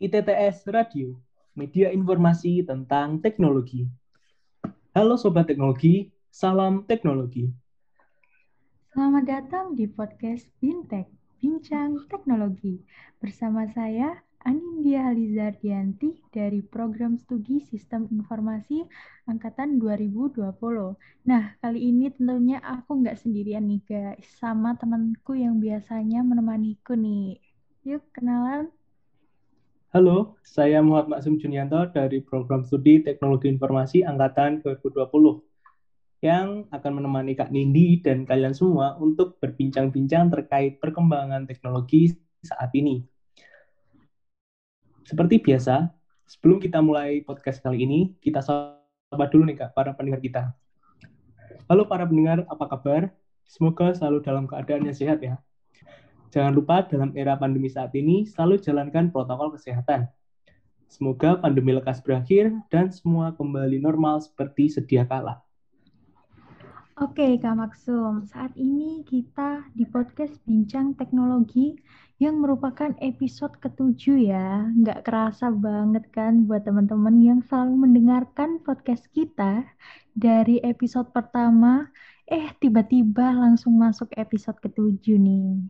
ITTS Radio, media informasi tentang teknologi. Halo Sobat Teknologi, salam teknologi. Selamat datang di podcast Bintek, Bincang Teknologi. Bersama saya, Anindya Halizardianti dari Program Studi Sistem Informasi Angkatan 2020. Nah, kali ini tentunya aku nggak sendirian nih guys, sama temanku yang biasanya menemaniku nih. Yuk kenalan. Halo, saya Muhammad Maksum Junianto dari Program Studi Teknologi Informasi Angkatan 2020 yang akan menemani Kak Nindi dan kalian semua untuk berbincang-bincang terkait perkembangan teknologi saat ini. Seperti biasa, sebelum kita mulai podcast kali ini, kita sapa dulu nih Kak, para pendengar kita. Halo para pendengar, apa kabar? Semoga selalu dalam keadaan yang sehat ya. Jangan lupa dalam era pandemi saat ini selalu jalankan protokol kesehatan. Semoga pandemi lekas berakhir dan semua kembali normal seperti sedia kala. Oke, Kak Maksum. Saat ini kita di podcast Bincang Teknologi yang merupakan episode ketujuh ya. Nggak kerasa banget kan buat teman-teman yang selalu mendengarkan podcast kita dari episode pertama. Tiba-tiba langsung masuk episode ketujuh nih.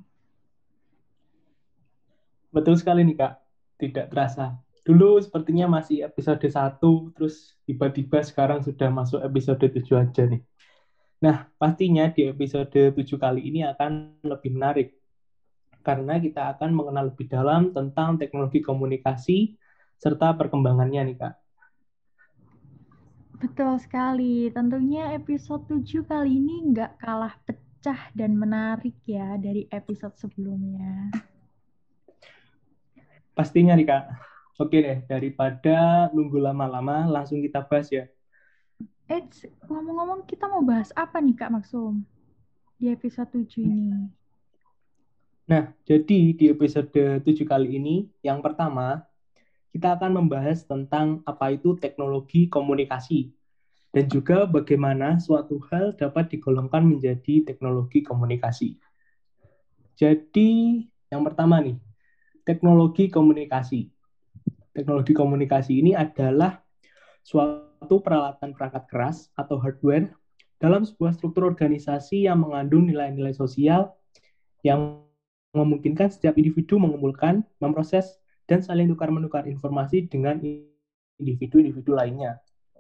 Betul sekali nih Kak, tidak terasa. Dulu sepertinya masih episode 1, terus tiba-tiba sekarang sudah masuk episode 7 aja nih. Nah, pastinya di episode 7 kali ini akan lebih menarik, karena kita akan mengenal lebih dalam tentang teknologi komunikasi serta perkembangannya nih Kak. Betul sekali. Tentunya episode 7 kali ini nggak kalah pecah dan menarik ya dari episode sebelumnya. Pastinya nih Kak. Oke deh, daripada nunggu lama-lama, langsung kita bahas ya. Ngomong-ngomong kita mau bahas apa nih Kak Maksum di episode 7 ini? Nah, jadi di episode 7 kali ini, yang pertama, kita akan membahas tentang apa itu teknologi komunikasi dan juga bagaimana suatu hal dapat digolongkan menjadi teknologi komunikasi. Jadi, yang pertama nih, teknologi komunikasi. Teknologi komunikasi ini adalah suatu peralatan perangkat keras atau hardware dalam sebuah struktur organisasi yang mengandung nilai-nilai sosial yang memungkinkan setiap individu mengumpulkan, memproses, dan saling tukar-menukar informasi dengan individu-individu lainnya.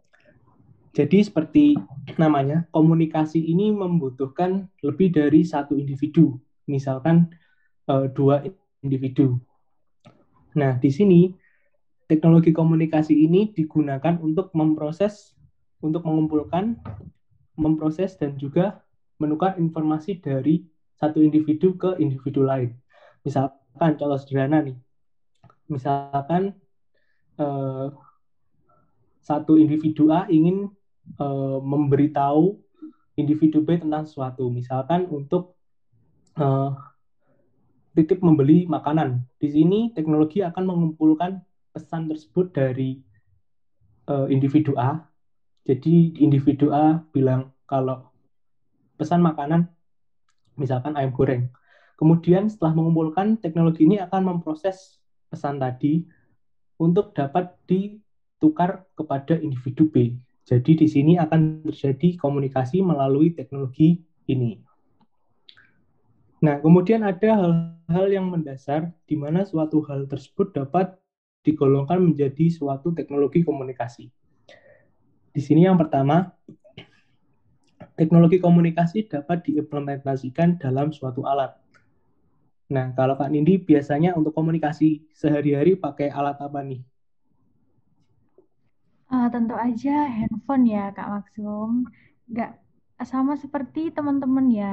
Jadi seperti namanya, komunikasi ini membutuhkan lebih dari satu individu, misalkan dua individu. Nah, di sini teknologi komunikasi ini digunakan untuk memproses, untuk mengumpulkan, memproses, dan juga menukar informasi dari satu individu ke individu lain. Misalkan contoh sederhana nih, misalkan eh, satu individu A ingin memberitahu individu B tentang sesuatu, misalkan untuk eh, titip membeli makanan. Di sini teknologi akan mengumpulkan pesan tersebut dari individu A. Jadi individu A bilang kalau pesan makanan, misalkan ayam goreng. Kemudian setelah mengumpulkan, teknologi ini akan memproses pesan tadi untuk dapat ditukar kepada individu B. Jadi di sini akan terjadi komunikasi melalui teknologi ini. Nah, kemudian ada hal-hal yang mendasar di mana suatu hal tersebut dapat digolongkan menjadi suatu teknologi komunikasi. Di sini yang pertama, teknologi komunikasi dapat diimplementasikan dalam suatu alat. Nah, kalau Kak Nindi biasanya untuk komunikasi sehari-hari pakai alat apa nih? Tentu aja handphone ya Kak Maksum. Nggak sama seperti teman-teman ya.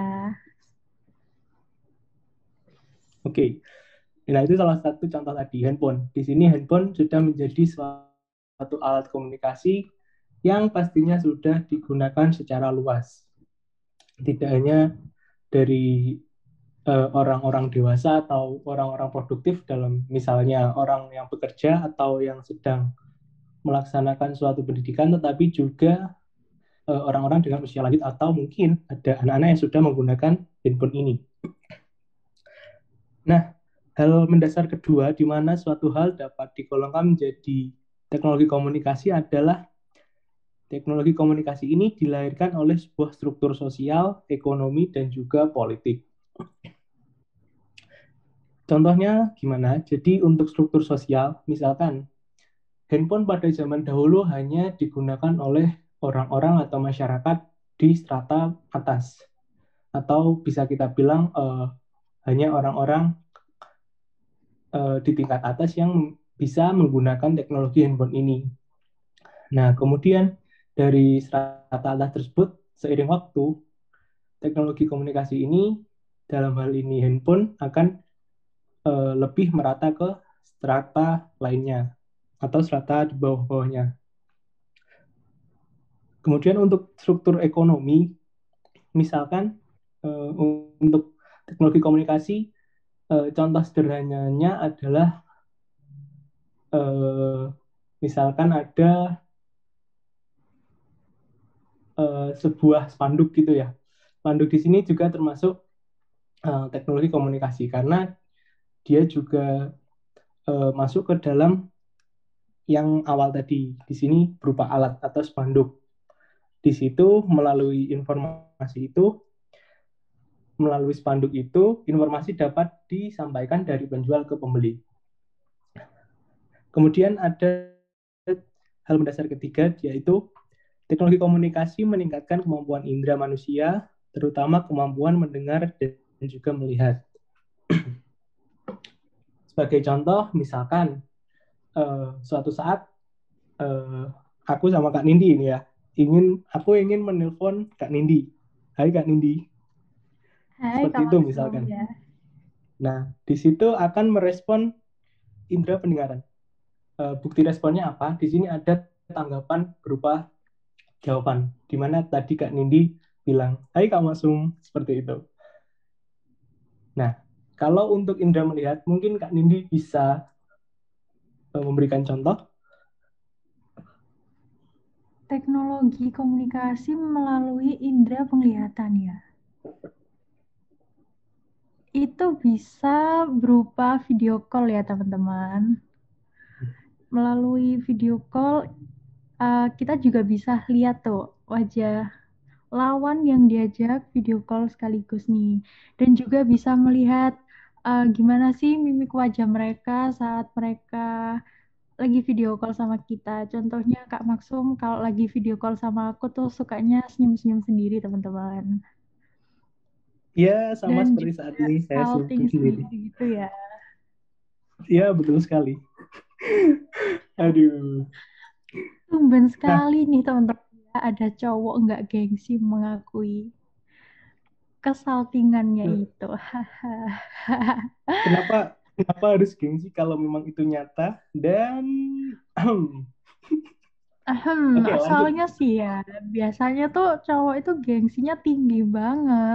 Oke, nah itu salah satu contoh tadi, handphone. Di sini handphone sudah menjadi suatu alat komunikasi yang pastinya sudah digunakan secara luas. Tidak hanya dari orang-orang dewasa atau orang-orang produktif dalam misalnya orang yang bekerja atau yang sedang melaksanakan suatu pendidikan, tetapi juga orang-orang dengan usia lanjut atau mungkin ada anak-anak yang sudah menggunakan handphone ini. Nah, Hal mendasar kedua di mana suatu hal dapat digolongkan menjadi teknologi komunikasi adalah teknologi komunikasi ini dilahirkan oleh sebuah struktur sosial, ekonomi, dan juga politik. Contohnya gimana? Jadi untuk struktur sosial, misalkan handphone pada zaman dahulu hanya digunakan oleh orang-orang atau masyarakat di strata atas. Atau bisa kita bilang hanya orang-orang di tingkat atas yang bisa menggunakan teknologi handphone ini. Nah, kemudian dari strata atas tersebut, seiring waktu, teknologi komunikasi ini, dalam hal ini handphone, akan lebih merata ke strata lainnya, atau strata di bawah-bawahnya. Kemudian untuk struktur ekonomi, misalkan untuk teknologi komunikasi, contoh sederhananya adalah eh, misalkan ada sebuah spanduk gitu ya. Spanduk di sini juga termasuk teknologi komunikasi karena dia juga masuk ke dalam yang awal tadi. Di sini berupa alat atau spanduk. Di situ melalui spanduk itu informasi dapat disampaikan dari penjual ke pembeli. Kemudian ada hal mendasar ketiga yaitu teknologi komunikasi meningkatkan kemampuan indera manusia, terutama kemampuan mendengar dan juga melihat. Sebagai contoh, misalkan suatu saat aku sama Kak Nindi ini ya, aku ingin menelpon Kak Nindi. Hai Kak Nindi, Hai seperti Kak itu Maksum misalkan. ya. Nah, di situ akan merespon indera pendengaran. Bukti responnya apa? Di sini ada tanggapan berupa jawaban, di mana tadi Kak Nindi bilang, Hai Kak Masum, seperti itu. Nah, kalau untuk indera melihat, mungkin Kak Nindi bisa memberikan contoh. Teknologi komunikasi melalui indera penglihatan ya. Itu bisa berupa video call ya teman-teman. Melalui video call kita juga bisa lihat tuh wajah lawan yang diajak video call sekaligus nih. Dan juga bisa melihat gimana sih mimik wajah mereka saat mereka lagi video call sama kita. Contohnya Kak Maksum kalau lagi video call sama aku tuh sukanya senyum-senyum sendiri teman-teman. Ya, sama Dan seperti saat juga ini saya salting senyum sendiri. sendiri gitu ya. Ya, betul sekali. Aduh. Tumben Nah, sekali nih teman-teman ya, ada cowok nggak gengsi mengakui kesaltingannya itu. kenapa kenapa harus gengsi kalau memang itu nyata dan oke lanjut. Soalnya sih ya, biasanya tuh cowok itu gengsinya tinggi banget.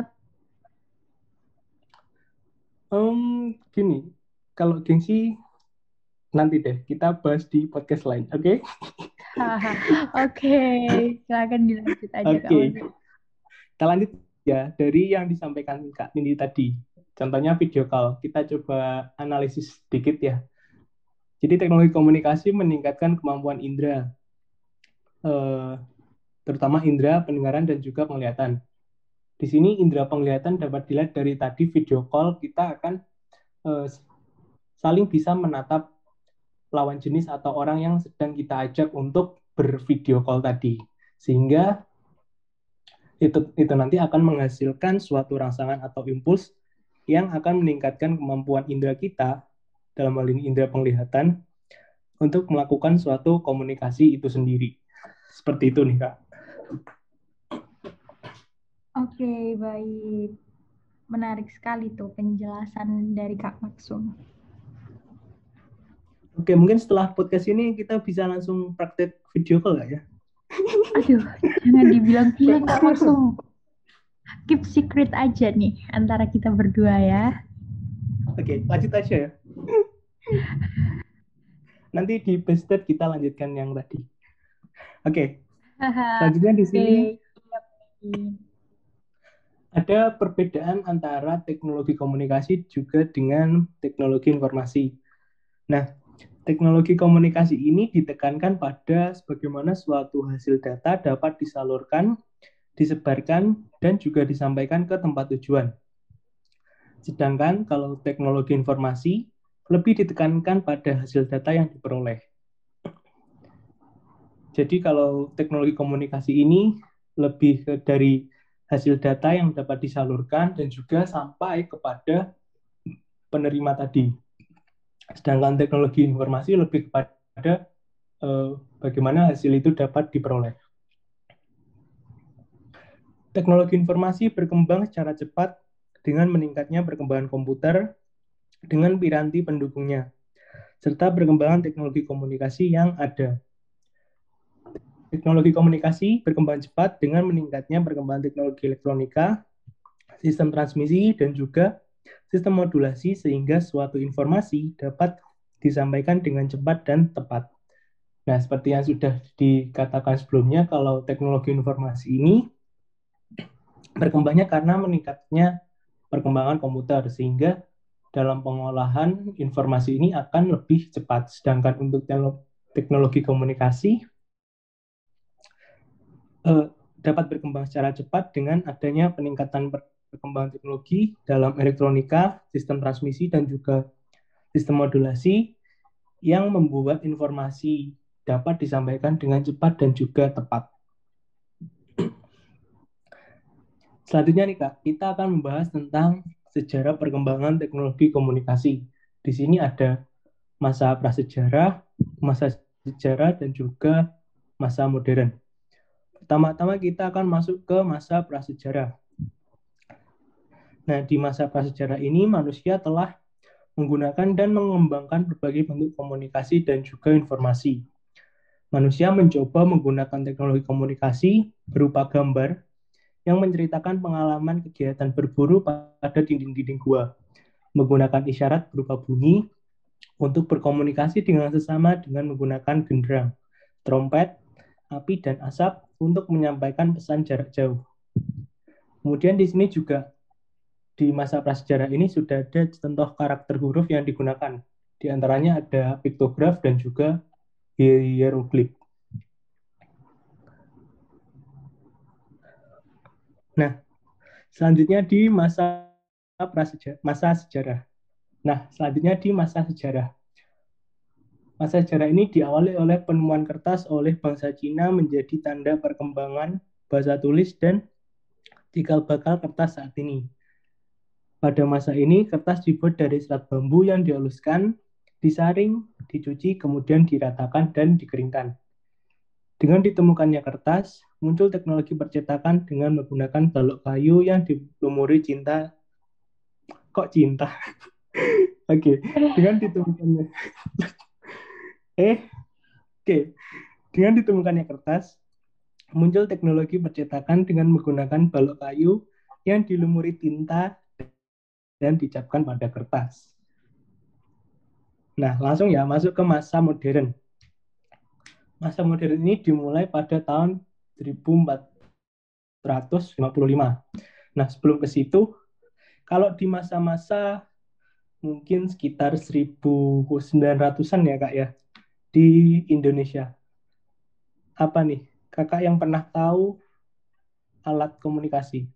Gini, kalau gengsi nanti deh kita bahas di podcast lain, oke? Oke, silakan dilanjut aja Kak Oke, Maksum. kita lanjut ya dari yang disampaikan Kak Nindi tadi. Contohnya video call, kita coba analisis sedikit ya. Jadi teknologi komunikasi meningkatkan kemampuan indera, eh, terutama indera pendengaran dan juga penglihatan. Di sini indera penglihatan dapat dilihat dari tadi video call kita akan eh, saling bisa menatap lawan jenis atau orang yang sedang kita ajak untuk bervideo call tadi. Sehingga itu nanti akan menghasilkan suatu rangsangan atau impuls yang akan meningkatkan kemampuan indera kita, dalam hal ini indera penglihatan, untuk melakukan suatu komunikasi itu sendiri. Seperti itu nih, Kak. Oke, baik. Menarik sekali tuh penjelasan dari Kak Maksum. Oke, mungkin setelah podcast ini kita bisa langsung praktek video call nggak ya? Aduh, jangan dibilang-bilang Kak Maksum. Keep secret aja nih antara kita berdua ya. Oke, lanjut aja ya. Nanti di base kita lanjutkan yang tadi. Oke, Haha, selanjutnya di oke, sini siap nih. Ada perbedaan antara teknologi komunikasi juga dengan teknologi informasi. Nah, teknologi komunikasi ini ditekankan pada bagaimana suatu hasil data dapat disalurkan, disebarkan, dan juga disampaikan ke tempat tujuan. Sedangkan kalau teknologi informasi lebih ditekankan pada hasil data yang diperoleh. Jadi kalau teknologi komunikasi ini lebih dari hasil data yang dapat disalurkan dan juga sampai kepada penerima tadi. Sedangkan teknologi informasi lebih kepada bagaimana hasil itu dapat diperoleh. Teknologi informasi berkembang secara cepat dengan meningkatnya perkembangan komputer dengan piranti pendukungnya, serta perkembangan teknologi komunikasi yang ada. Teknologi komunikasi berkembang cepat dengan meningkatnya perkembangan teknologi elektronika, sistem transmisi, dan juga sistem modulasi sehingga suatu informasi dapat disampaikan dengan cepat dan tepat. Nah, seperti yang sudah dikatakan sebelumnya, kalau teknologi informasi ini berkembangnya karena meningkatnya perkembangan komputer, sehingga dalam pengolahan informasi ini akan lebih cepat. Sedangkan untuk teknologi komunikasi dapat berkembang secara cepat dengan adanya peningkatan perkembangan teknologi dalam elektronika, sistem transmisi, dan juga sistem modulasi yang membuat informasi dapat disampaikan dengan cepat dan juga tepat. Selanjutnya nih Kak, kita akan membahas tentang sejarah perkembangan teknologi komunikasi. Di sini ada masa prasejarah, masa sejarah, dan juga masa modern. Pertama-tama kita akan masuk ke masa prasejarah. Nah, di masa prasejarah ini manusia telah menggunakan dan mengembangkan berbagai bentuk komunikasi dan juga informasi. Manusia mencoba menggunakan teknologi komunikasi berupa gambar yang menceritakan pengalaman kegiatan berburu pada dinding-dinding gua, menggunakan isyarat berupa bunyi untuk berkomunikasi dengan sesama dengan menggunakan genderang, trompet, api, dan asap untuk menyampaikan pesan jarak jauh. Kemudian di sini juga di masa prasejarah ini sudah ada contoh karakter huruf yang digunakan. Di antaranya ada piktograf dan juga hieroglif. Nah, selanjutnya di masa sejarah. Nah, selanjutnya di masa sejarah. Masa sejarah ini diawali oleh penemuan kertas oleh bangsa Cina menjadi tanda perkembangan bahasa tulis dan cikal bakal kertas saat ini. Pada masa ini, kertas dibuat dari serat bambu yang dihaluskan, disaring, dicuci, kemudian diratakan dan dikeringkan. Dengan ditemukannya kertas, muncul teknologi percetakan dengan menggunakan balok kayu yang dilumuri cinta. Kok cinta? Oke, dengan ditemukannya eh oke, dengan ditemukannya kertas, muncul teknologi percetakan dengan menggunakan balok kayu yang dilumuri tinta dan dicapkan pada kertas. Nah, langsung ya masuk ke masa modern. Masa modern ini dimulai pada tahun 1455. Nah, sebelum ke situ, kalau di masa-masa mungkin sekitar 1900-an ya Kak ya, di Indonesia. Apa nih, Kakak yang pernah tahu alat komunikasi?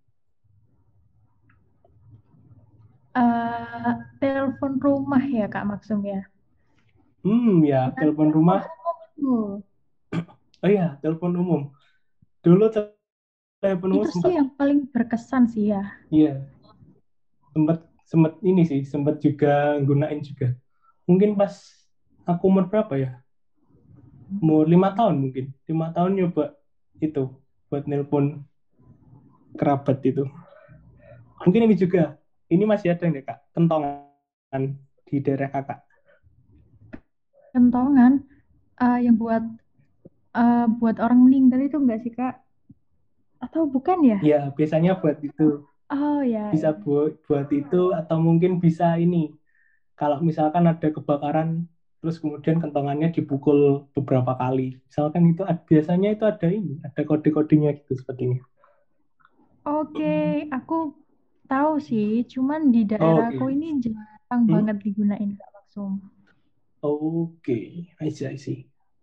Telepon rumah ya Kak maksudnya. Ya, Bukan telepon telepon rumah. umum itu. Oh iya, telepon umum. Dulu telepon umum Itu sih sempat, yang paling berkesan sih ya. iya, sempat sempat ini sih, sempat juga gunain juga. Mungkin pas aku umur berapa ya? Umur 5 tahun mungkin. 5 tahun nyoba itu buat nelpon kerabat itu. Mungkin ini juga. Ini masih ada nggak Kak? Kentongan di daerah Kakak. Kentongan yang buat orang meninggal itu enggak sih Kak? Atau bukan ya? Ya, biasanya buat itu. Oh ya, Bisa ya. buat itu atau mungkin bisa ini. Kalau misalkan ada kebakaran terus kemudian kentongannya dipukul beberapa kali. Misalkan itu biasanya itu ada ini, ada kode-kodenya gitu sepertinya. Oke, aku tahu sih, cuman di Oh, daerahku oke. ini jarang Hmm? banget digunain Kak Maksum. Oke, I see.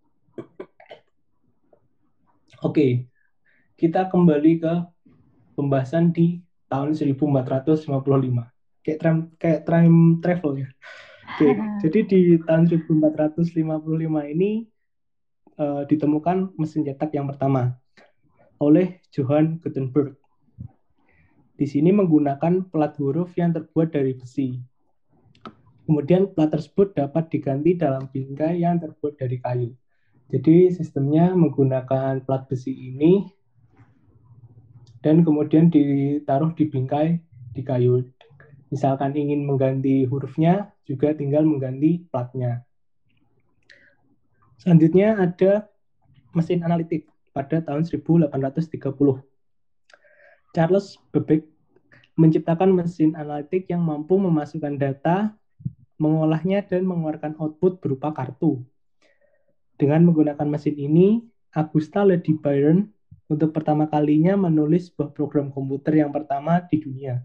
Oke, kita kembali ke pembahasan di tahun 1455. Kayak time travel ya. Oke, jadi di tahun 1455 ini ditemukan mesin cetak yang pertama oleh Johann Gutenberg. Di sini menggunakan plat huruf yang terbuat dari besi. Kemudian plat tersebut dapat diganti dalam bingkai yang terbuat dari kayu. Jadi sistemnya menggunakan plat besi ini dan kemudian ditaruh di bingkai di kayu. Misalkan ingin mengganti hurufnya, juga tinggal mengganti platnya. Selanjutnya ada mesin analitik pada tahun 1830. Charles Babbage menciptakan mesin analitik yang mampu memasukkan data, mengolahnya, dan mengeluarkan output berupa kartu. Dengan menggunakan mesin ini, Augusta Lady Byron untuk pertama kalinya menulis sebuah program komputer yang pertama di dunia.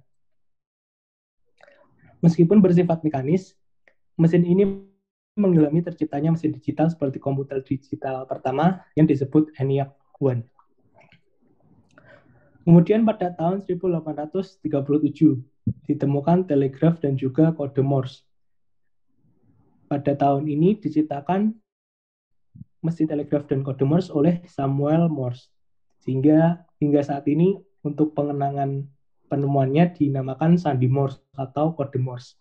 Meskipun bersifat mekanis, mesin ini mengalami terciptanya mesin digital seperti komputer digital pertama yang disebut ENIAC 1. Kemudian pada tahun 1837 ditemukan telegraf dan juga kode Morse. Pada tahun ini diciptakan mesin telegraf dan kode Morse oleh Samuel Morse. Sehingga hingga saat ini untuk pengenangan penemuannya dinamakan sandi Morse atau kode Morse.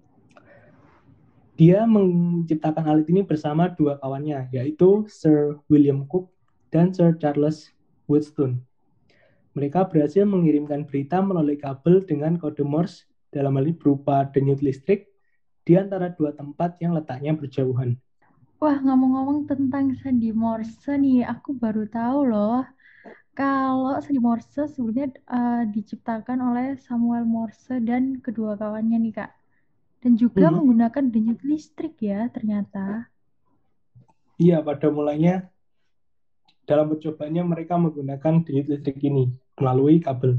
Dia menciptakan alat ini bersama dua kawannya, yaitu Sir William Cooke dan Sir Charles Woodstone. Mereka berhasil mengirimkan berita melalui kabel dengan kode Morse dalam hal ini berupa denyut listrik di antara dua tempat yang letaknya berjauhan. Wah, ngomong-ngomong tentang sandi Morse nih, aku baru tahu loh. Kalau sandi Morse sebenarnya diciptakan oleh Samuel Morse dan kedua kawannya nih, Kak. Dan juga Hmm, menggunakan denyut listrik ya, ternyata. iya, pada mulanya dalam percobaannya mereka menggunakan denyut listrik ini melalui kabel.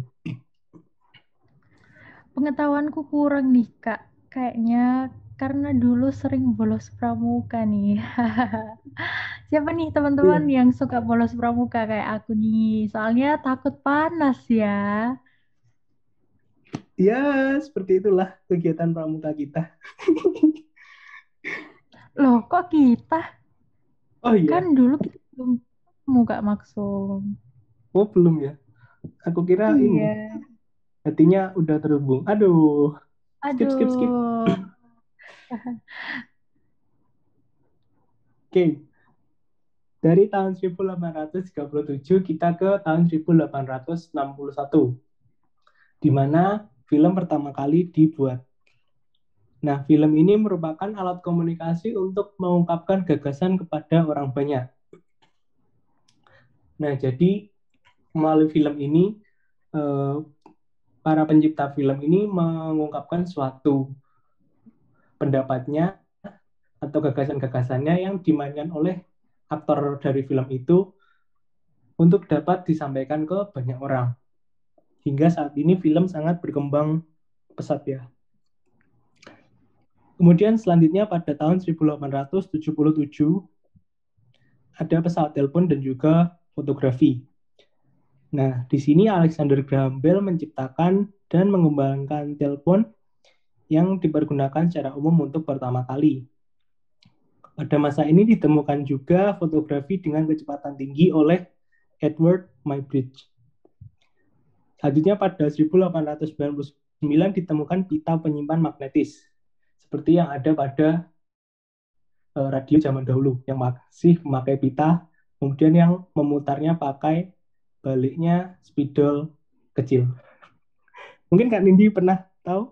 Pengetahuanku kurang nih, Kak. Kayaknya karena dulu sering bolos pramuka nih. Siapa nih teman-teman Iya, yang suka bolos pramuka kayak aku nih? Soalnya takut panas ya. ya seperti itulah kegiatan pramuka kita. Loh, kok kita? Oh Kan iya, dulu kita belum ketemu, Kak Maksum. oh belum ya. Aku kira ini Iya. hatinya udah terhubung. Aduh, skip. Aduh. Oke, dari tahun 1837 kita ke tahun 1861, di mana film pertama kali dibuat. Nah, film ini merupakan alat komunikasi untuk mengungkapkan gagasan kepada orang banyak. Nah, jadi melalui film ini, eh, para pencipta film ini mengungkapkan suatu pendapatnya atau gagasan-gagasannya yang dimainkan oleh aktor dari film itu untuk dapat disampaikan ke banyak orang. Hingga saat ini film sangat berkembang pesat ya. Kemudian selanjutnya pada tahun 1877 ada pesawat telepon dan juga fotografi. Nah, di sini Alexander Graham Bell menciptakan dan mengembangkan telepon yang dipergunakan secara umum untuk pertama kali. Pada masa ini ditemukan juga fotografi dengan kecepatan tinggi oleh Edward Muybridge. Selanjutnya pada 1899 ditemukan pita penyimpan magnetis, seperti yang ada pada radio zaman dahulu, yang masih memakai pita, kemudian yang memutarnya pakai baliknya spidol kecil. Mungkin Kak Nindi pernah tahu?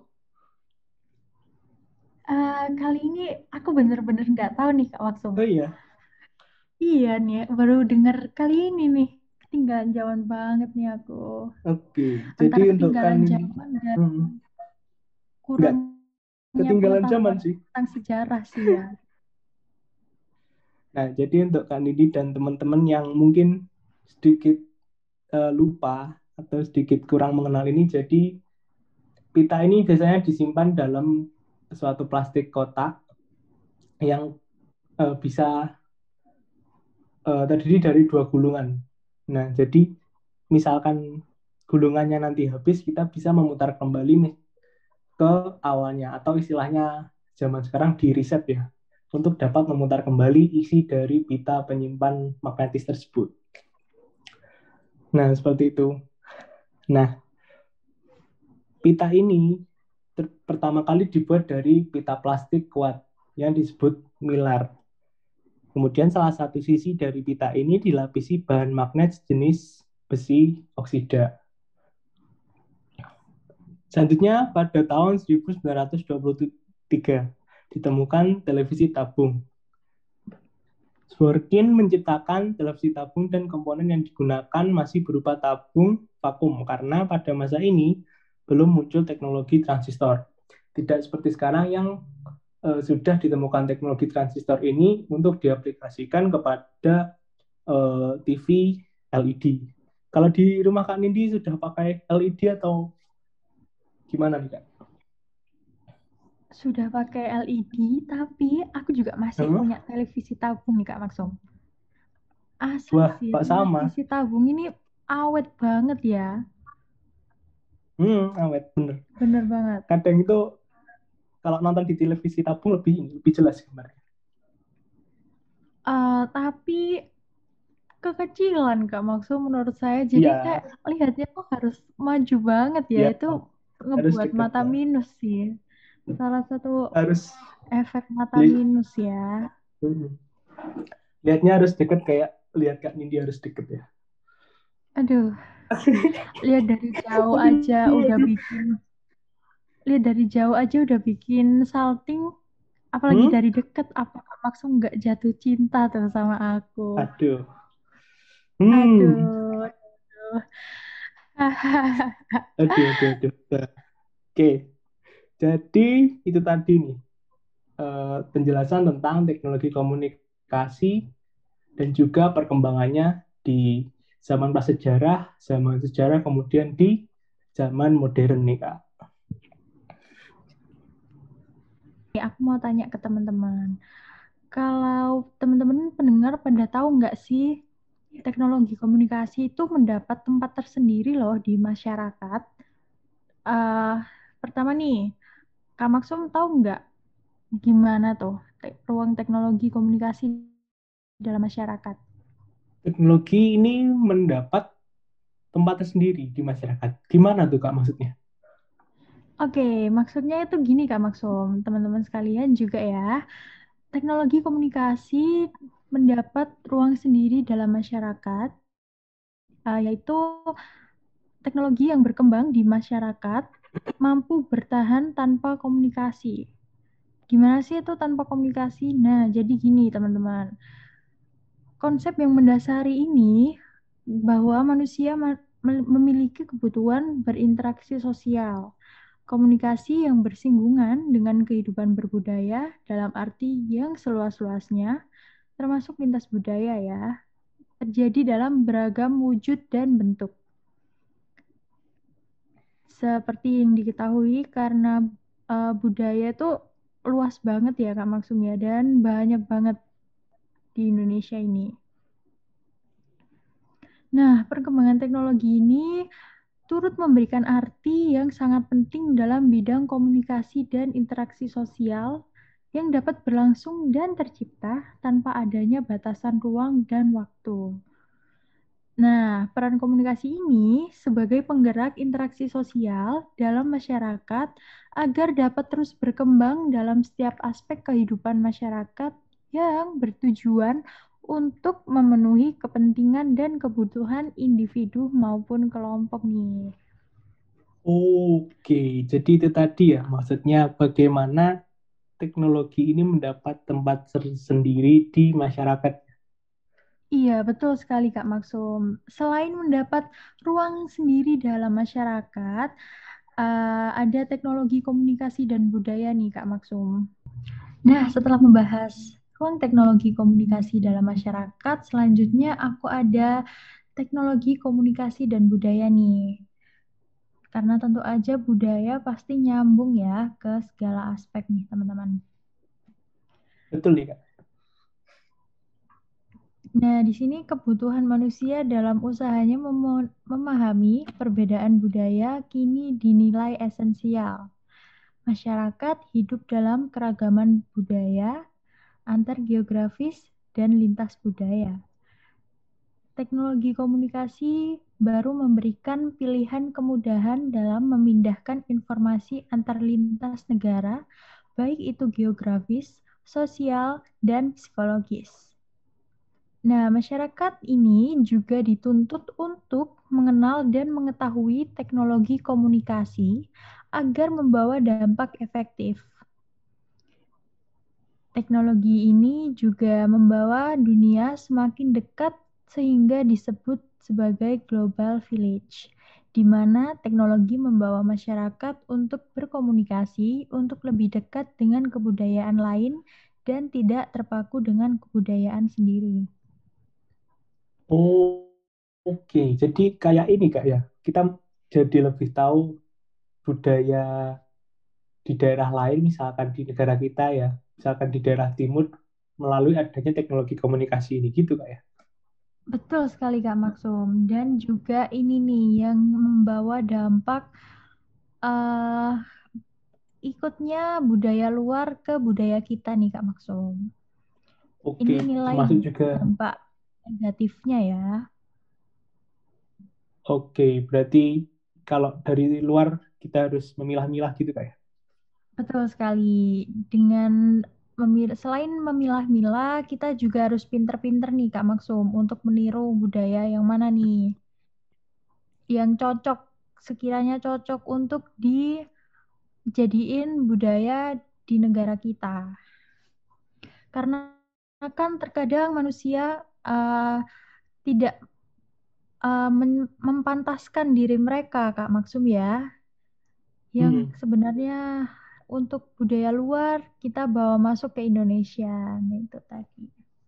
Kali ini aku bener-bener nggak tahu nih Kak Maksum. Oh iya, Iya nih, baru dengar kali ini nih. Ketinggalan zaman banget nih aku. oke. Jadi Antara untuk Kak ketinggalan Nindi, zaman dan hmm, nggak kurangnya ketinggalan zaman pengetahuan sih. tentang sejarah sih ya. Nah, jadi untuk Kak Nindi dan teman-teman yang mungkin sedikit lupa atau sedikit kurang mengenal ini, jadi pita ini biasanya disimpan dalam suatu plastik kotak yang bisa terdiri dari dua gulungan. Nah, jadi misalkan gulungannya nanti habis, kita bisa memutar kembali ke awalnya, atau istilahnya zaman sekarang di reset ya, untuk dapat memutar kembali isi dari pita penyimpan magnetis tersebut. Nah, seperti itu. Nah, pita ini pertama kali dibuat dari pita plastik kuat yang disebut mylar. Kemudian salah satu sisi dari pita ini dilapisi bahan magnet jenis besi oksida. Selanjutnya pada tahun 1923 ditemukan televisi tabung. Dworkin menciptakan televisi tabung dan komponen yang digunakan masih berupa tabung vakum karena pada masa ini belum muncul teknologi transistor. Tidak seperti sekarang yang sudah ditemukan teknologi transistor ini untuk diaplikasikan kepada TV LED. Kalau di rumah Kak Nindi sudah pakai LED atau gimana nih Kak? Sudah pakai LED, tapi aku juga masih Hmm? punya televisi tabung nih Kak Maksum. Asli Wah, sih, Pak sama. televisi tabung ini awet banget ya. Awet bener. Bener banget. Kadang itu kalau nonton di televisi tabung lebih jelas gambarnya. Tapi kekecilan Kak Maksum menurut saya. Jadi Iya, kayak lihatnya tuh harus maju banget ya. iya, Itu harus ngebuat deket mata ya. minus sih. Salah satu Harus efek mata li- minus ya. hmm. Lihatnya harus deket kayak lihat Kak Nindi harus deket ya. Aduh, lihat dari jauh aja Aduh, udah aduh. bikin salting, apalagi Hmm? dari deket, apa Kak Maksum nggak jatuh cinta tuh sama aku. Aduh. Hmm. Aduh, aduh. Aduh, aduh, aduh. Nah, oke, jadi itu tadi nih penjelasan tentang teknologi komunikasi dan juga perkembangannya di zaman prasejarah, zaman sejarah, kemudian di zaman modern nih Kak. Aku mau tanya ke teman-teman. Kalau teman-teman pendengar pada tahu nggak sih teknologi komunikasi itu mendapat tempat tersendiri loh di masyarakat. eh Pertama nih, Kak Maksum tahu nggak gimana tuh ruang teknologi komunikasi dalam masyarakat? Teknologi ini mendapat tempat tersendiri di masyarakat. Gimana tuh Kak maksudnya? Oke, maksudnya itu gini Kak Maksum, teman-teman sekalian juga ya. Teknologi komunikasi mendapat ruang sendiri dalam masyarakat, yaitu teknologi yang berkembang di masyarakat mampu bertahan tanpa komunikasi. Gimana sih itu tanpa komunikasi? Nah, jadi gini teman-teman. Konsep yang mendasari ini bahwa manusia memiliki kebutuhan berinteraksi sosial, komunikasi yang bersinggungan dengan kehidupan berbudaya dalam arti yang seluas-luasnya, termasuk lintas budaya ya, terjadi dalam beragam wujud dan bentuk. Seperti yang diketahui karena budaya itu luas banget ya Kak Maksum ya, dan banyak banget di Indonesia ini. Nah, perkembangan teknologi ini turut memberikan arti yang sangat penting dalam bidang komunikasi dan interaksi sosial yang dapat berlangsung dan tercipta tanpa adanya batasan ruang dan waktu. Nah, peran komunikasi ini sebagai penggerak interaksi sosial dalam masyarakat agar dapat terus berkembang dalam setiap aspek kehidupan masyarakat yang bertujuan untuk memenuhi kepentingan dan kebutuhan individu maupun kelompok nih. Oke, jadi itu tadi ya maksudnya bagaimana teknologi ini mendapat tempat tersendiri di masyarakat. Iya, betul sekali Kak Maksum. Selain mendapat ruang sendiri dalam masyarakat, ada teknologi komunikasi dan budaya nih Kak Maksum. Nah, setelah membahas ruang teknologi komunikasi dalam masyarakat, selanjutnya aku ada teknologi komunikasi dan budaya nih. Karena tentu aja budaya pasti nyambung ya ke segala aspek nih teman-teman. Betul nih, Kak. Nah, di sini kebutuhan manusia dalam usahanya memahami perbedaan budaya kini dinilai esensial. Masyarakat hidup dalam keragaman budaya, antar geografis, dan lintas budaya. Teknologi komunikasi baru memberikan pilihan kemudahan dalam memindahkan informasi antar lintas negara, baik itu geografis, sosial, dan psikologis. Nah, masyarakat ini juga dituntut untuk mengenal dan mengetahui teknologi komunikasi agar membawa dampak efektif. Teknologi ini juga membawa dunia semakin dekat sehingga disebut sebagai global village, di mana teknologi membawa masyarakat untuk berkomunikasi untuk lebih dekat dengan kebudayaan lain dan tidak terpaku dengan kebudayaan sendiri. Oh, oke. Jadi kayak ini, Kak, ya. Kita jadi lebih tahu budaya di daerah lain, misalkan di negara kita ya, misalkan di daerah timur, melalui adanya teknologi komunikasi ini, gitu, Kak, ya. Betul sekali Kak Maksum. Dan juga ini nih yang membawa dampak uh, ikutnya budaya luar ke budaya kita nih Kak Maksum. Oke, Ini nilai termasuk juga, dampak negatifnya ya. oke, berarti kalau dari luar kita harus memilah-milah gitu, Kak, ya. Betul sekali. Dengan selain memilah-milah, kita juga harus pinter-pinter nih Kak Maksum untuk meniru budaya yang mana nih yang cocok, sekiranya cocok untuk dijadiin budaya di negara kita. Karena kan terkadang manusia tidak mempantaskan diri mereka, Kak Maksum ya, yang sebenarnya untuk budaya luar kita bawa masuk ke Indonesia. Nah, itu tadi.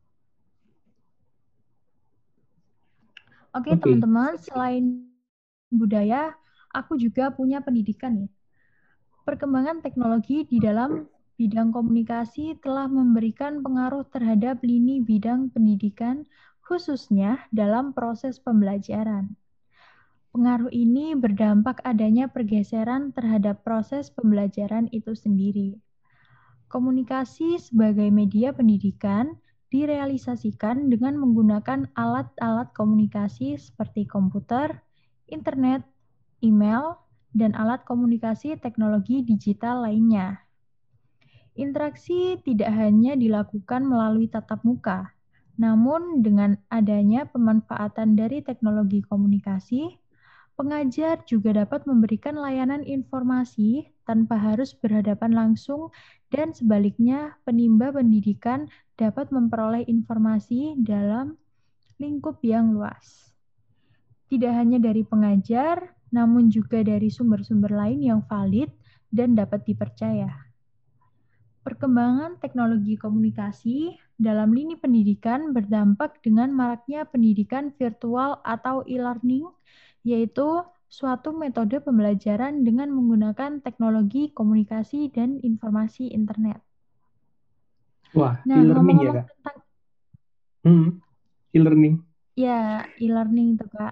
Oke, teman-teman, selain budaya, aku juga punya pendidikan ya. Perkembangan teknologi di dalam bidang komunikasi telah memberikan pengaruh terhadap lini bidang pendidikan, khususnya dalam proses pembelajaran. Pengaruh ini berdampak adanya pergeseran terhadap proses pembelajaran itu sendiri. Komunikasi sebagai media pendidikan direalisasikan dengan menggunakan alat-alat komunikasi seperti komputer, internet, email, dan alat komunikasi teknologi digital lainnya. Interaksi tidak hanya dilakukan melalui tatap muka, namun dengan adanya pemanfaatan dari teknologi komunikasi, pengajar juga dapat memberikan layanan informasi tanpa harus berhadapan langsung dan sebaliknya penimba pendidikan dapat memperoleh informasi dalam lingkup yang luas. Tidak hanya dari pengajar, namun juga dari sumber-sumber lain yang valid dan dapat dipercaya. Perkembangan teknologi komunikasi dalam lini pendidikan berdampak dengan maraknya pendidikan virtual atau e-learning, yaitu suatu metode pembelajaran dengan menggunakan teknologi komunikasi dan informasi internet. Wah, Nah, e-learning ya, ngomong-ngomong Kak? tentang E-learning. e-learning itu, Kak.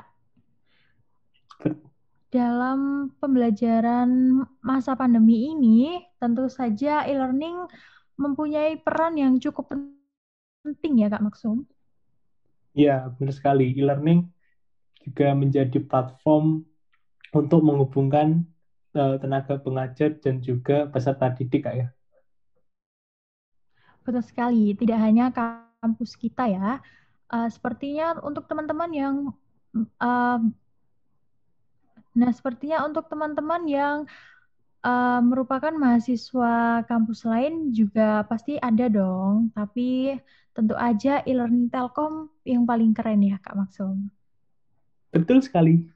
Dalam pembelajaran masa pandemi ini, tentu saja e-learning mempunyai peran yang cukup penting ya, Kak Maksum. Ya, benar sekali. E-learning juga menjadi platform untuk menghubungkan tenaga pengajar dan juga peserta didik, Kak, ya. Betul sekali, tidak hanya kampus kita ya. Sepertinya untuk teman-teman yang uh, sepertinya untuk teman-teman yang merupakan mahasiswa kampus lain juga pasti ada dong, tapi tentu aja e-learning Telkom yang paling keren ya, Kak Maksum. Betul sekali.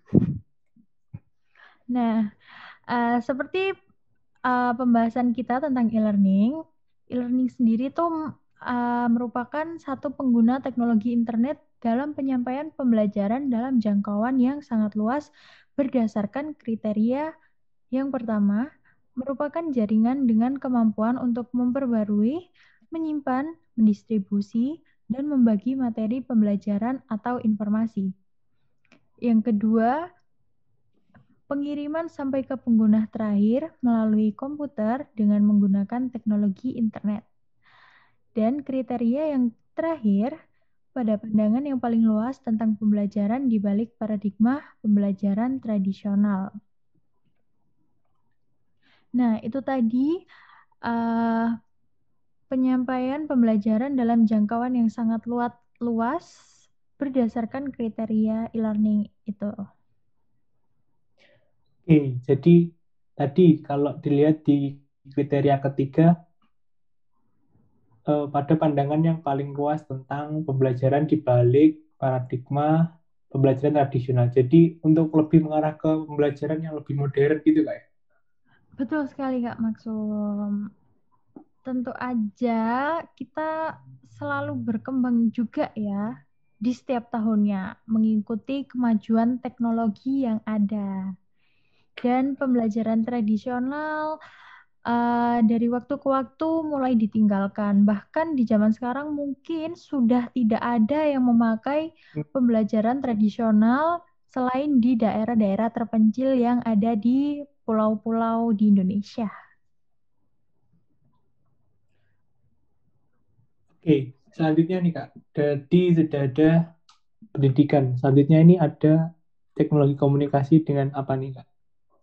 Nah, seperti pembahasan kita tentang e-learning sendiri tuh merupakan satu pengguna teknologi internet dalam penyampaian pembelajaran dalam jangkauan yang sangat luas berdasarkan kriteria yang pertama, merupakan jaringan dengan kemampuan untuk memperbarui, menyimpan, mendistribusi, dan membagi materi pembelajaran atau informasi. Yang kedua, pengiriman sampai ke pengguna terakhir melalui komputer dengan menggunakan teknologi internet. Dan kriteria yang terakhir, pada pandangan yang paling luas tentang pembelajaran di balik paradigma pembelajaran tradisional. Nah, itu tadi penyampaian pembelajaran dalam jangkauan yang sangat luas berdasarkan kriteria e-learning itu. Oke, jadi tadi kalau dilihat di kriteria ketiga, pada pandangan yang paling luas tentang pembelajaran di balik paradigma pembelajaran tradisional. Jadi untuk lebih mengarah ke pembelajaran yang lebih modern gitu Kak ya? Betul sekali Kak Maksum. Tentu aja kita selalu berkembang juga ya di setiap tahunnya mengikuti kemajuan teknologi yang ada. Dan pembelajaran tradisional dari waktu ke waktu mulai ditinggalkan. Bahkan di zaman sekarang mungkin sudah tidak ada yang memakai pembelajaran tradisional selain di daerah-daerah terpencil yang ada di pulau-pulau di Indonesia. Oke, selanjutnya nih Kak, jadi sudah ada pendidikan. Selanjutnya ini ada teknologi komunikasi dengan apa nih Kak?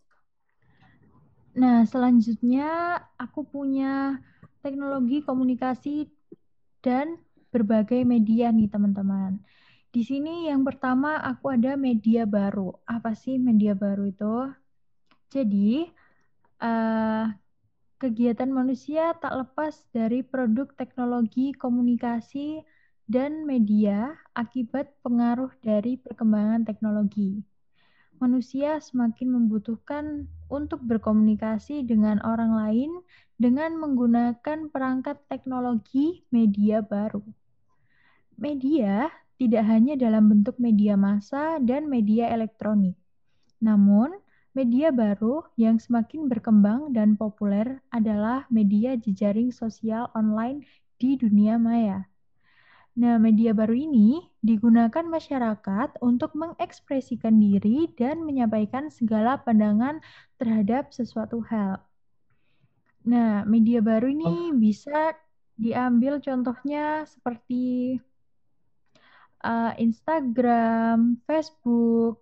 Nah, selanjutnya aku punya teknologi komunikasi dan berbagai media nih teman-teman. Di sini yang pertama aku ada media baru. Apa sih media baru itu? Jadi, eh, kegiatan manusia tak lepas dari produk teknologi komunikasi dan media akibat pengaruh dari perkembangan teknologi. Manusia semakin membutuhkan untuk berkomunikasi dengan orang lain dengan menggunakan perangkat teknologi media baru. Media tidak hanya dalam bentuk media massa dan media elektronik, namun media baru yang semakin berkembang dan populer adalah media jejaring sosial online di dunia maya. Nah, media baru ini digunakan masyarakat untuk mengekspresikan diri dan menyampaikan segala pandangan terhadap sesuatu hal. Nah, media baru ini bisa diambil contohnya seperti Instagram, Facebook,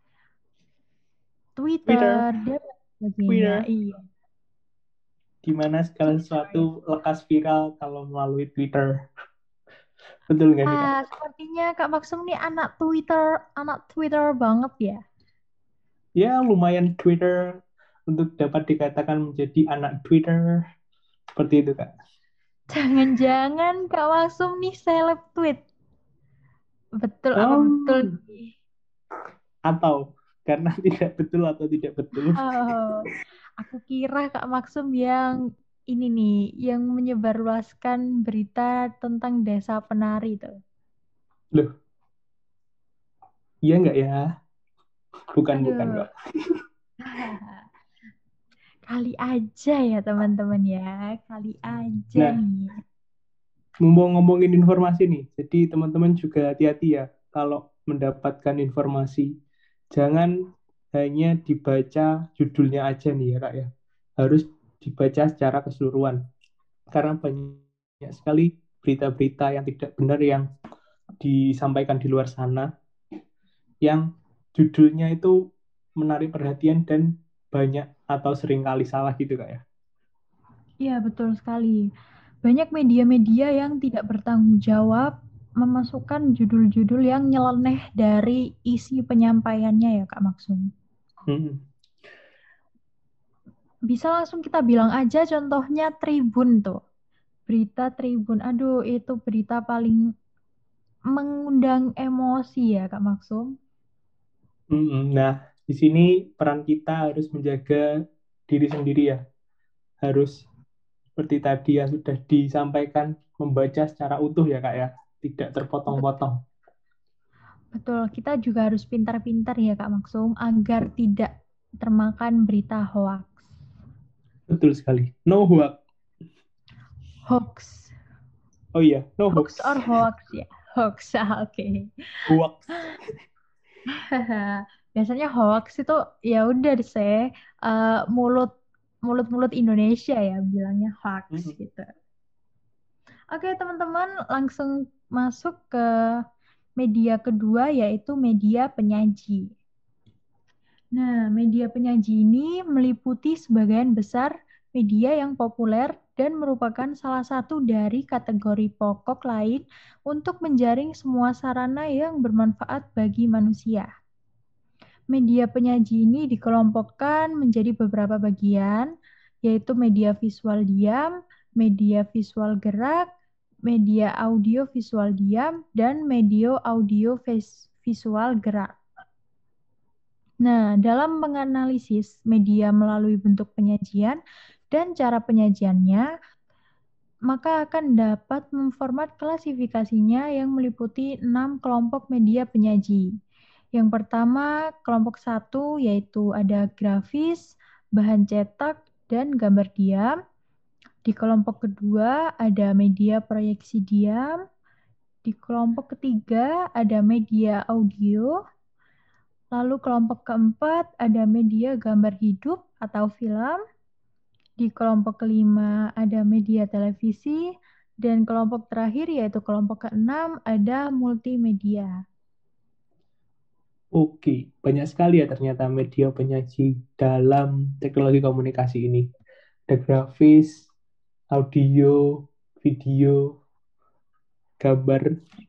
Twitter, Twitter, dan sebagainya. Twitter, Iya. di mana segala Twitter ya. sesuatu lekas viral kalau melalui Twitter. Betul nggak nih Kak? Sepertinya Kak Maksum nih anak Twitter banget ya. Ya, lumayan Twitter untuk dapat dikatakan menjadi anak Twitter. Seperti itu Kak. Jangan-jangan Kak Maksum nih seleb tweet. Betul apa betul Oh, nih? atau karena tidak betul atau tidak betul. Oh, aku kira Kak Maksum yang ini nih, yang menyebarluaskan berita tentang desa penari itu. Loh, iya nggak ya? Bukan Aduh, kok. kali aja ya teman-teman ya, kali aja Nah, nih. ngomongin informasi nih, jadi teman-teman juga hati-hati ya kalau mendapatkan informasi. Jangan hanya dibaca judulnya aja nih ya Kak ya. Harus dibaca secara keseluruhan. Karena banyak sekali berita-berita yang tidak benar yang disampaikan di luar sana, yang judulnya itu menarik perhatian dan banyak atau seringkali salah gitu Kak ya. Iya, betul sekali. Banyak media-media yang tidak bertanggung jawab memasukkan judul-judul yang nyeleneh dari isi penyampaiannya ya Kak Maksum. Hmm. Bisa langsung kita bilang aja contohnya Tribun tuh. Berita Tribun, aduh itu berita paling mengundang emosi ya Kak Maksum. Nah, di sini peran kita harus menjaga diri sendiri ya. Harus seperti tadi yang sudah disampaikan, membaca secara utuh ya Kak ya, tidak terpotong-potong. Betul, kita juga harus pintar-pintar ya Kak Maksum agar tidak termakan berita hoax. Betul sekali. No hoax. Hoax. Oh iya, no Hoax hoax. or hoax ya? Hoax, oke. Hoax. Biasanya hoax itu ya udah sih mulut-mulut Indonesia ya bilangnya hoax Mm-mm. gitu. Oke, teman-teman, langsung masuk ke media kedua yaitu media penyaji. Nah, media penyaji ini meliputi sebagian besar media yang populer dan merupakan salah satu dari kategori pokok lain untuk menjaring semua sarana yang bermanfaat bagi manusia. Media penyaji ini dikelompokkan menjadi beberapa bagian, yaitu media visual diam, media visual gerak, media audio visual diam, dan media audio visual gerak. Nah, dalam menganalisis media melalui bentuk penyajian dan cara penyajiannya, maka akan dapat memformat klasifikasinya yang meliputi 6 kelompok media penyaji. Yang pertama, kelompok 1 yaitu ada grafis, bahan cetak, dan gambar diam. Di kelompok kedua ada media proyeksi diam. Di kelompok ketiga ada media audio. Lalu kelompok keempat ada media gambar hidup atau film. Di kelompok kelima ada media televisi. Dan kelompok terakhir yaitu kelompok keenam ada multimedia. Oke, banyak sekali ya ternyata media penyaji dalam teknologi komunikasi ini. Ada grafis, audio, video, gambar.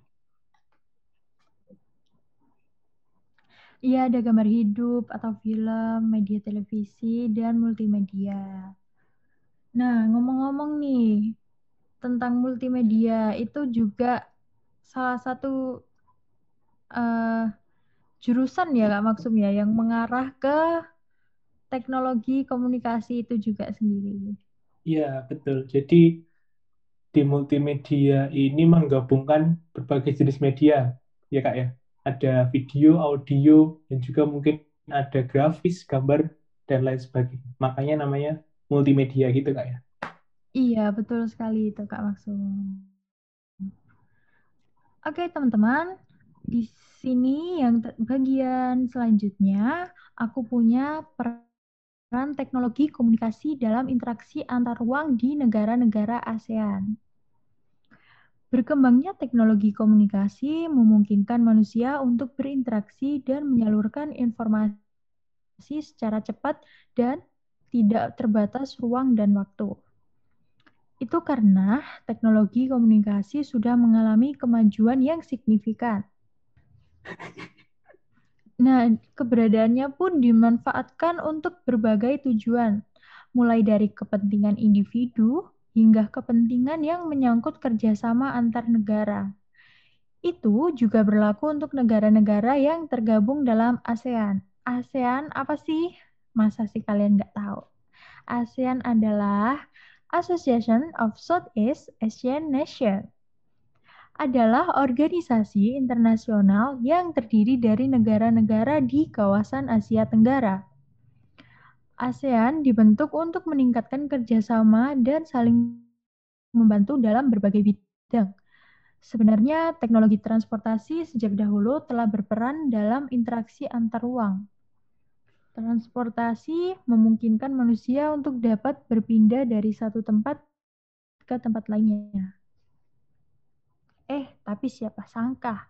Iya, ada gambar hidup atau film, media televisi, dan multimedia. Nah, ngomong-ngomong nih, tentang multimedia itu juga salah satu uh, jurusan ya Kak Maksum ya, yang mengarah ke teknologi komunikasi itu juga sendiri. Iya, betul. Jadi di multimedia ini menggabungkan berbagai jenis media, ya Kak ya. Ada video, audio, dan juga mungkin ada grafis, gambar, dan lain sebagainya. Makanya namanya multimedia gitu Kak ya. Iya, betul sekali itu Kak Maksum. Oke, teman-teman. Di sini yang bagian selanjutnya, aku punya peran teknologi komunikasi dalam interaksi antar ruang di negara-negara ASEAN. Berkembangnya teknologi komunikasi memungkinkan manusia untuk berinteraksi dan menyalurkan informasi secara cepat dan tidak terbatas ruang dan waktu. Itu karena teknologi komunikasi sudah mengalami kemajuan yang signifikan. Nah, keberadaannya pun dimanfaatkan untuk berbagai tujuan, mulai dari kepentingan individu hingga kepentingan yang menyangkut kerjasama antar negara. Itu juga berlaku untuk negara-negara yang tergabung dalam ASEAN. ASEAN apa sih? Masa sih kalian nggak tahu? ASEAN adalah Association of Southeast Asian Nations, adalah organisasi internasional yang terdiri dari negara-negara di kawasan Asia Tenggara. ASEAN dibentuk untuk meningkatkan kerjasama dan saling membantu dalam berbagai bidang. Sebenarnya teknologi transportasi sejak dahulu telah berperan dalam interaksi antar ruang. Transportasi memungkinkan manusia untuk dapat berpindah dari satu tempat ke tempat lainnya. Tapi siapa sangka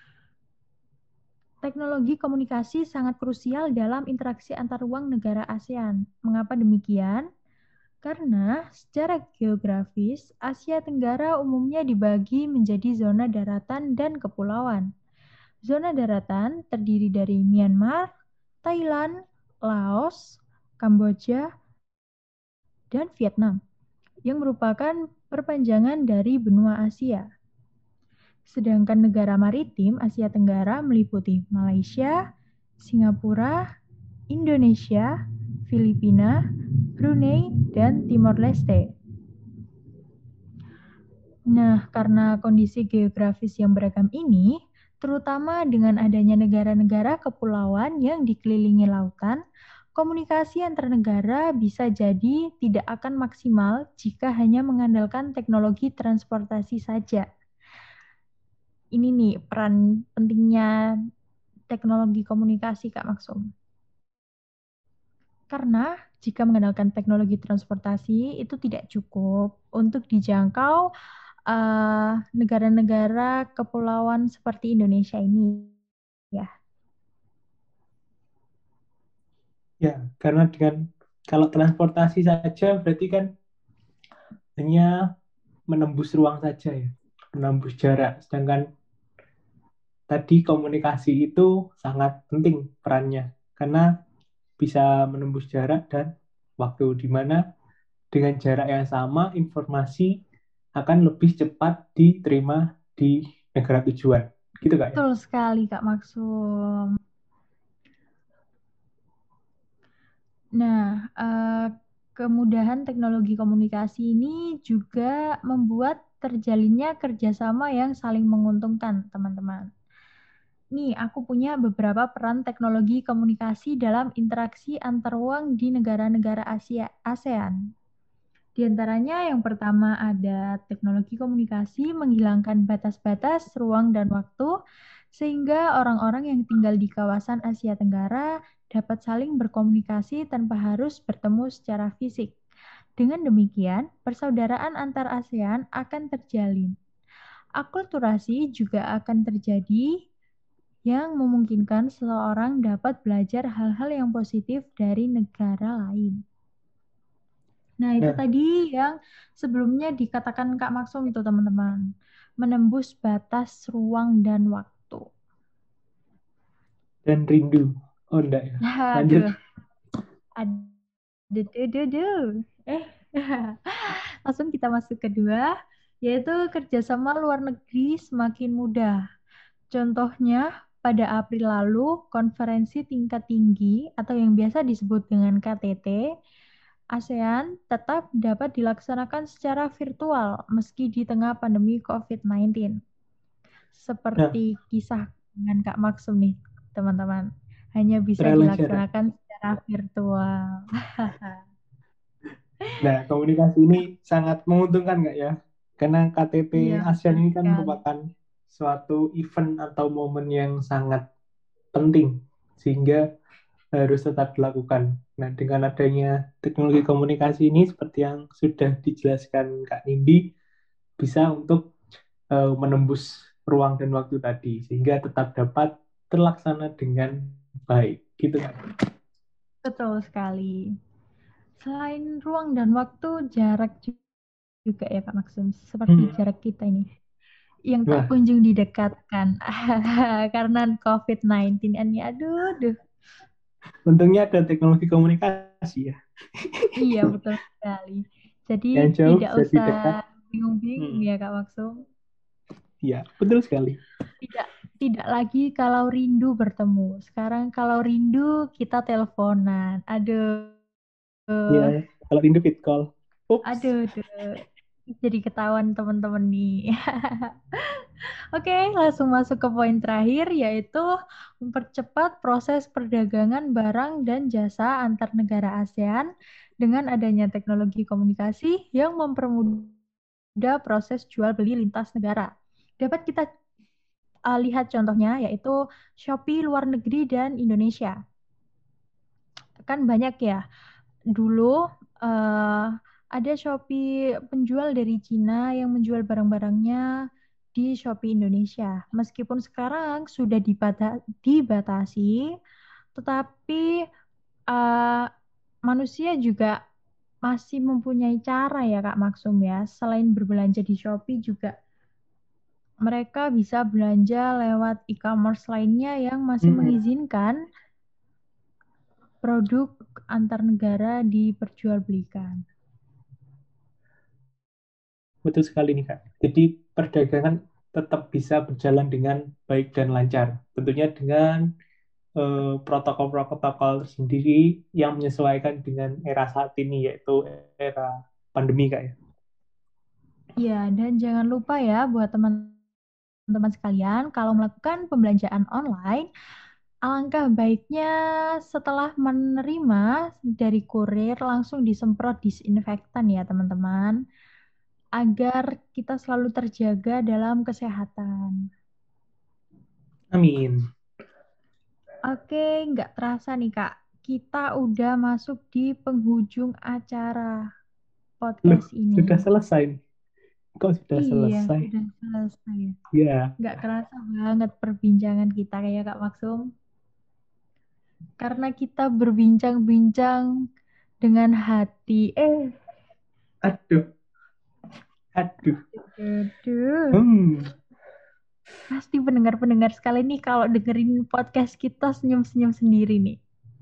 teknologi komunikasi sangat krusial dalam interaksi antar ruang negara ASEAN. Mengapa demikian? Karena secara geografis, Asia Tenggara umumnya dibagi menjadi zona daratan dan kepulauan. Zona daratan terdiri dari Myanmar, Thailand, Laos, Kamboja, dan Vietnam, yang merupakan perpanjangan dari benua Asia. Sedangkan negara maritim Asia Tenggara meliputi Malaysia, Singapura, Indonesia, Filipina, Brunei, dan Timor Leste. Nah, karena kondisi geografis yang beragam ini, Terutama dengan adanya negara-negara kepulauan yang dikelilingi lautan, komunikasi antar negara bisa jadi tidak akan maksimal jika hanya mengandalkan teknologi transportasi saja. Ini nih peran pentingnya teknologi komunikasi, Kak Maksum. Karena jika mengandalkan teknologi transportasi itu tidak cukup untuk dijangkau negara-negara kepulauan seperti Indonesia ini, ya. Ya, karena kalau transportasi saja berarti kan hanya menembus ruang saja ya, menembus jarak. Sedangkan tadi komunikasi itu sangat penting perannya karena bisa menembus jarak dan waktu di mana dengan jarak yang sama informasi akan lebih cepat diterima di negara tujuan. Gitu Kak ya? Betul sekali, Kak Maksum. Nah, kemudahan teknologi komunikasi ini juga membuat terjalinnya kerjasama yang saling menguntungkan, teman-teman. Nih, aku punya beberapa peran teknologi komunikasi dalam interaksi antar ruang di negara-negara ASEAN. Di antaranya yang pertama ada teknologi komunikasi menghilangkan batas-batas ruang dan waktu, sehingga orang-orang yang tinggal di kawasan Asia Tenggara dapat saling berkomunikasi tanpa harus bertemu secara fisik. Dengan demikian, persaudaraan antar ASEAN akan terjalin. Akulturasi juga akan terjadi yang memungkinkan seseorang dapat belajar hal-hal yang positif dari negara lain. Nah, itu Nah, tadi yang sebelumnya dikatakan Kak Maksum itu, teman-teman. Menembus batas ruang dan waktu. dan rindu. Oh enggak ya. Lanjut. Aduh, aduh, aduh, aduh. Eh, langsung kita masuk kedua, yaitu kerjasama luar negeri semakin mudah. Contohnya, pada April lalu, konferensi tingkat tinggi atau yang biasa disebut dengan KTT, ASEAN tetap dapat dilaksanakan secara virtual meski di tengah pandemi COVID-19. Nah, Seperti kisah dengan Kak Maksum nih, teman-teman. Hanya bisa terlalu jarak. dilaksanakan secara virtual. Nah, komunikasi ini sangat menguntungkan nggak ya? Karena KTT Iya, ASEAN betul ini kan sekali. merupakan suatu event atau momen yang sangat penting, sehingga harus tetap dilakukan. Nah, dengan adanya teknologi komunikasi ini, seperti yang sudah dijelaskan Kak Nindi, bisa untuk menembus ruang dan waktu tadi, sehingga tetap dapat terlaksana dengan baik. Gitu kan? Betul sekali. Selain ruang dan waktu, jarak juga ya Kak Maksum. Seperti Hmm. jarak kita ini. Yang tak Wah, kunjung didekatkan. Karena COVID-19 ini. Aduh, aduh. untungnya ada teknologi komunikasi ya. Iya, betul sekali. Jadi Yang jauh tidak jadi usah dekat. bingung-bingung Hmm. ya Kak Maksum. Iya, betul sekali. Tidak tidak lagi kalau rindu bertemu. Sekarang kalau rindu kita teleponan. Aduh. Iya, kalau rindu fit call. Ups. Aduh, aduh. Jadi ketahuan teman-teman nih. Oke, langsung masuk ke poin terakhir yaitu mempercepat proses perdagangan barang dan jasa antar negara ASEAN dengan adanya teknologi komunikasi yang mempermudah proses jual beli lintas negara. Dapat kita lihat contohnya yaitu Shopee luar negeri dan Indonesia. Kan banyak ya. Dulu eh, ada Shopee penjual dari Cina yang menjual barang-barangnya di Shopee Indonesia. Meskipun sekarang sudah dibatasi, tetapi eh, manusia juga masih mempunyai cara ya Kak Maksum ya. Selain berbelanja di Shopee juga mereka bisa belanja lewat e-commerce lainnya yang masih Hmm, mengizinkan produk antar negara diperjualbelikan. betul sekali nih Kak. Jadi perdagangan tetap bisa berjalan dengan baik dan lancar. Tentunya dengan protokol-protokol tersendiri yang menyesuaikan dengan era saat ini, yaitu era pandemi Kak ya. Iya, dan jangan lupa ya buat teman-teman teman-teman sekalian, kalau melakukan pembelanjaan online, alangkah baiknya setelah menerima dari kurir langsung disemprot disinfektan ya teman-teman, agar kita selalu terjaga dalam kesehatan. Amin. Oke, nggak terasa nih Kak, kita udah masuk di penghujung acara Loh, podcast sudah ini. selesai. Kok sudah Iya, selesai? sudah selesai. Ya, Nggak kerasa banget perbincangan kita kayak Kak Maksum. Karena kita berbincang-bincang dengan hati. aduh, aduh. Aduh. Hmm, Pasti pendengar-pendengar sekali nih kalau dengerin podcast kita senyum-senyum sendiri nih.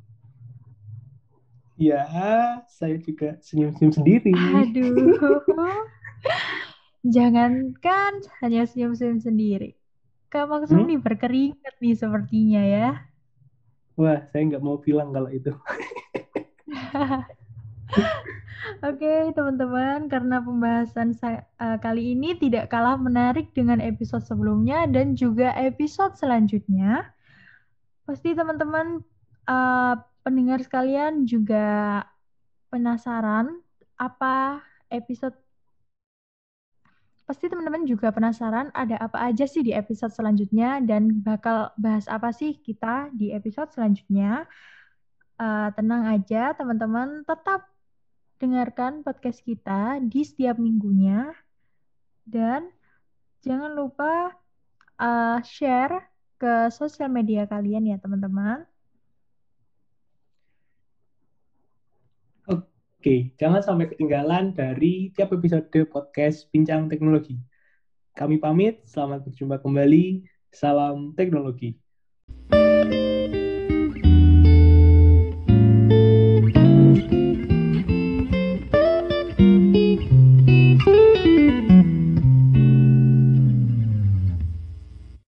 ya, saya juga senyum-senyum sendiri. Aduh. Jangankan hanya senyum-senyum sendiri. Kak Maksum Hmm? nih berkeringat nih sepertinya ya. Wah, saya nggak mau bilang kalau itu. Oke, teman-teman, karena pembahasan kali ini tidak kalah menarik dengan episode sebelumnya dan juga episode selanjutnya, pasti teman-teman uh, pendengar sekalian juga penasaran apa episode pasti teman-teman juga penasaran ada apa aja sih di episode selanjutnya dan bakal bahas apa sih kita di episode selanjutnya. Tenang aja, teman-teman, tetap dengarkan podcast kita di setiap minggunya dan jangan lupa share ke sosial media kalian ya, teman-teman. Oke, jangan sampai ketinggalan dari tiap episode podcast Bincang Teknologi. Kami pamit, selamat berjumpa kembali. Salam teknologi.